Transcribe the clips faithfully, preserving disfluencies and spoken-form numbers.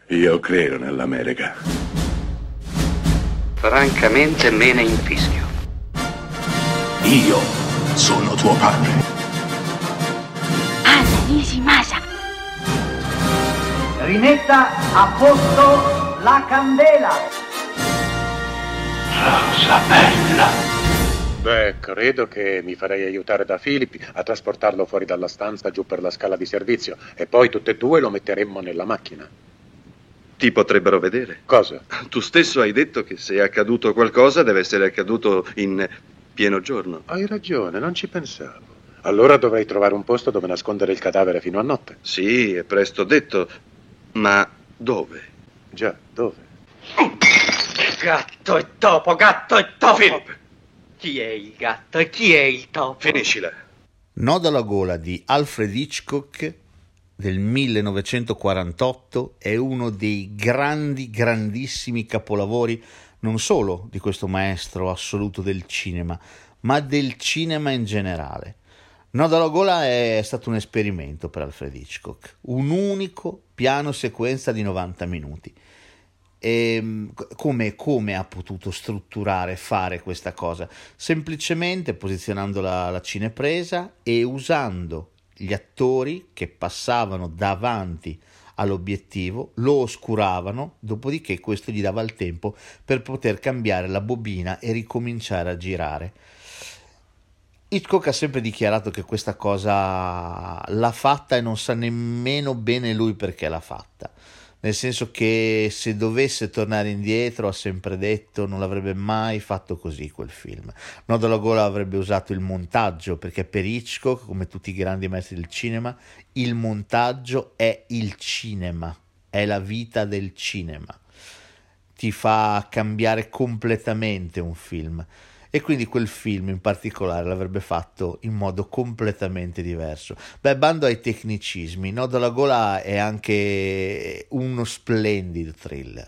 Io credo nell'America. Francamente me ne infischio. Io sono tuo padre. Anna Nishimasa. Rimetta a posto la candela. Rosa bella. Beh, credo che mi farei aiutare da Filippi a trasportarlo fuori dalla stanza giù per la scala di servizio e poi tutte e due lo metteremmo nella macchina. Ti potrebbero vedere. Cosa? Tu stesso hai detto che se è accaduto qualcosa deve essere accaduto in pieno giorno. Hai ragione, non ci pensavo. Allora dovrei trovare un posto dove nascondere il cadavere fino a notte. Sì, è presto detto, ma dove? Già, dove? Gatto e topo, gatto e topo! Philip! Chi è il gatto e chi è il topo? Finiscila. Nodo alla gola di Alfred Hitchcock del millenovecentoquarantotto è uno dei grandi, grandissimi capolavori non solo di questo maestro assoluto del cinema, ma del cinema in generale. Nodo alla gola è stato un esperimento per Alfred Hitchcock, un unico piano sequenza di novanta minuti. E come, come ha potuto strutturare, fare questa cosa? Semplicemente posizionando la, la cinepresa e usando gli attori che passavano davanti all'obiettivo, lo oscuravano, dopodiché questo gli dava il tempo per poter cambiare la bobina e ricominciare a girare. Hitchcock ha sempre dichiarato che questa cosa l'ha fatta e non sa nemmeno bene lui perché l'ha fatta, nel senso che se dovesse tornare indietro ha sempre detto non l'avrebbe mai fatto così quel film. Nodo alla gola avrebbe usato il montaggio, perché per Hitchcock, come tutti i grandi maestri del cinema, il montaggio è il cinema, è la vita del cinema, ti fa cambiare completamente un film. E quindi quel film in particolare l'avrebbe fatto in modo completamente diverso. Beh, bando ai tecnicismi, Nodo alla gola è anche uno splendido thriller.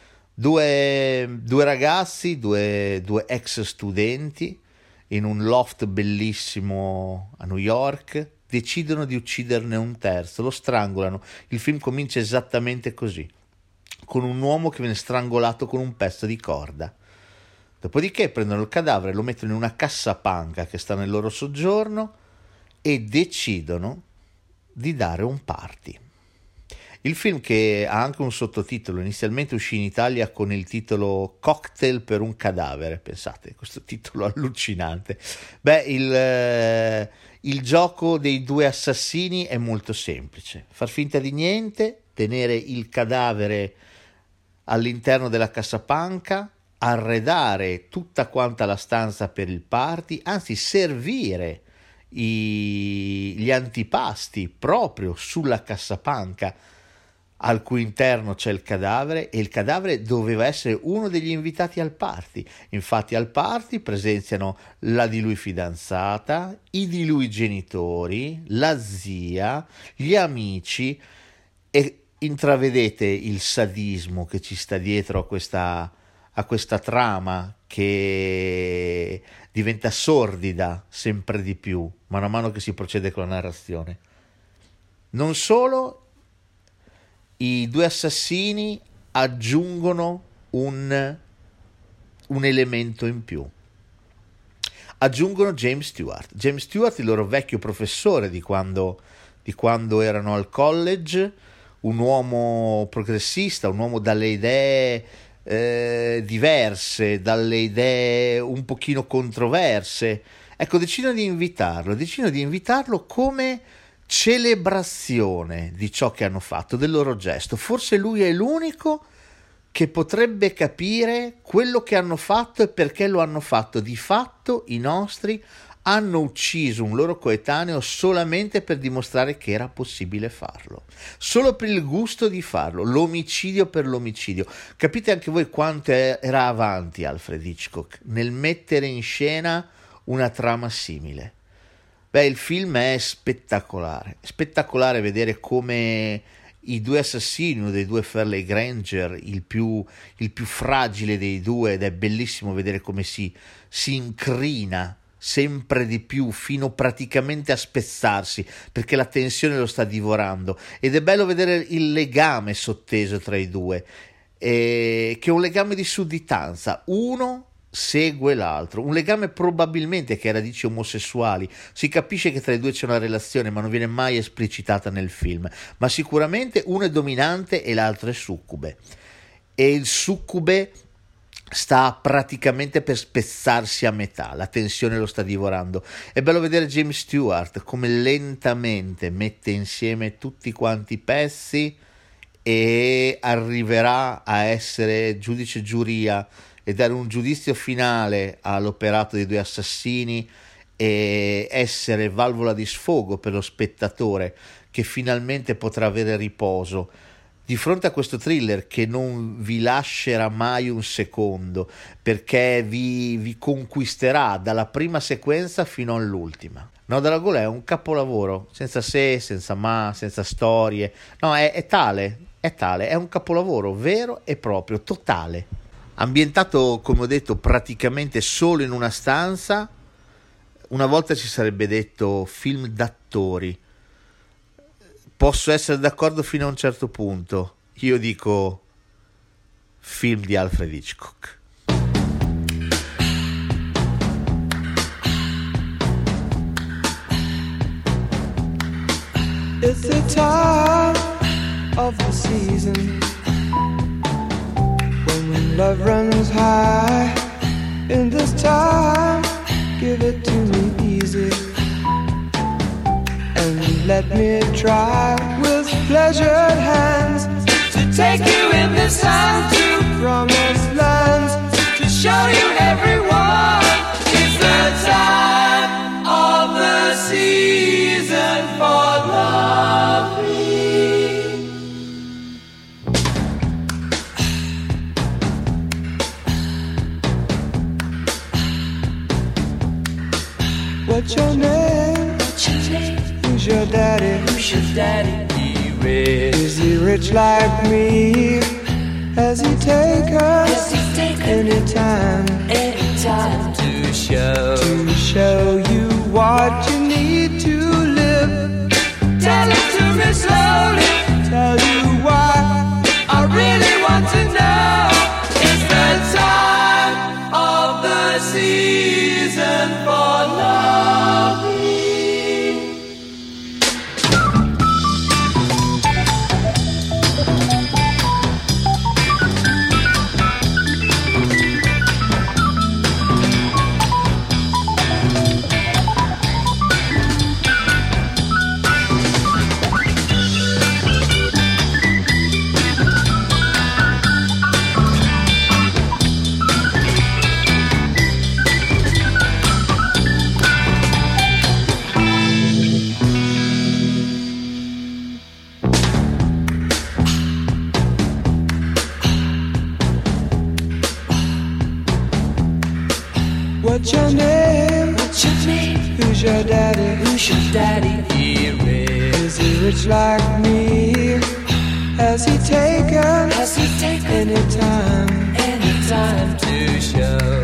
Due, due ragazzi, due, due ex studenti in un loft bellissimo a New York decidono di ucciderne un terzo, lo strangolano. Il film comincia esattamente così, con un uomo che viene strangolato con un pezzo di corda. Dopodiché prendono il cadavere, lo mettono in una cassapanca che sta nel loro soggiorno e decidono di dare un party. Il film, che ha anche un sottotitolo, inizialmente uscì in Italia con il titolo Cocktail per un cadavere, pensate, questo titolo allucinante. Beh, il, eh, il gioco dei due assassini è molto semplice: far finta di niente, tenere il cadavere all'interno della cassapanca, arredare tutta quanta la stanza per il party, anzi servire i, gli antipasti proprio sulla cassapanca al cui interno c'è il cadavere, e il cadavere doveva essere uno degli invitati al party. Infatti al party presenziano la di lui fidanzata, i di lui genitori, la zia, gli amici, e intravedete il sadismo che ci sta dietro a questa a questa trama, che diventa sordida sempre di più mano a mano che si procede con la narrazione. Non solo, i due assassini aggiungono un, un elemento in più. Aggiungono James Stewart. James Stewart, il loro vecchio professore di quando, di quando erano al college, un uomo progressista, un uomo dalle idee Eh, diverse, dalle idee un pochino controverse. Ecco, decidono di invitarlo, decidono di invitarlo come celebrazione di ciò che hanno fatto, del loro gesto. Forse lui è l'unico che potrebbe capire quello che hanno fatto e perché lo hanno fatto. Di fatto i nostri hanno ucciso un loro coetaneo solamente per dimostrare che era possibile farlo, solo per il gusto di farlo, l'omicidio per l'omicidio. Capite anche voi quanto era avanti Alfred Hitchcock nel mettere in scena una trama simile. Beh, il film è spettacolare, spettacolare vedere come i due assassini, uno dei due Farley Granger, il più, il più fragile dei due, ed è bellissimo vedere come si, si incrina sempre di più, fino praticamente a spezzarsi, perché la tensione lo sta divorando, ed è bello vedere il legame sotteso tra i due, eh, che è un legame di sudditanza, uno segue l'altro, un legame probabilmente che ha radici omosessuali. Si capisce che tra i due c'è una relazione, ma non viene mai esplicitata nel film, ma sicuramente uno è dominante e l'altro è succube, e il succube sta praticamente per spezzarsi a metà, la tensione lo sta divorando. È bello vedere James Stewart come lentamente mette insieme tutti quanti i pezzi e arriverà a essere giudice giuria e dare un giudizio finale all'operato dei due assassini e essere valvola di sfogo per lo spettatore, che finalmente potrà avere riposo di fronte a questo thriller che non vi lascerà mai un secondo, perché vi, vi conquisterà dalla prima sequenza fino all'ultima. Noda alla gola è un capolavoro, senza se, senza ma, senza storie. No, è, è tale, è tale, è un capolavoro vero e proprio, totale. Ambientato, come ho detto, praticamente solo in una stanza. Una volta ci sarebbe detto film d'attori. Posso essere d'accordo fino a un certo punto. Io dico film di Alfred Hitchcock. It's the time of the season when love runs high. In this time, give it to me easy, and let me try with pleasured hands to take you in this time to promised lands, to show you everyone. It's the time of the season for loving. What's your name? What's your name? Who's your daddy? Who's your daddy? He rich. Is he rich like me? Has he take us? Has he take anytime? Anytime to show to show you what you need to live. Tell it to me slowly. Tell you why I really want to know. It's the time of the season for love. What's your name? What's your name? Who's your daddy? Who's your daddy? He rich. Is he rich like me? Has he taken? Has he taken anytime? Anytime to show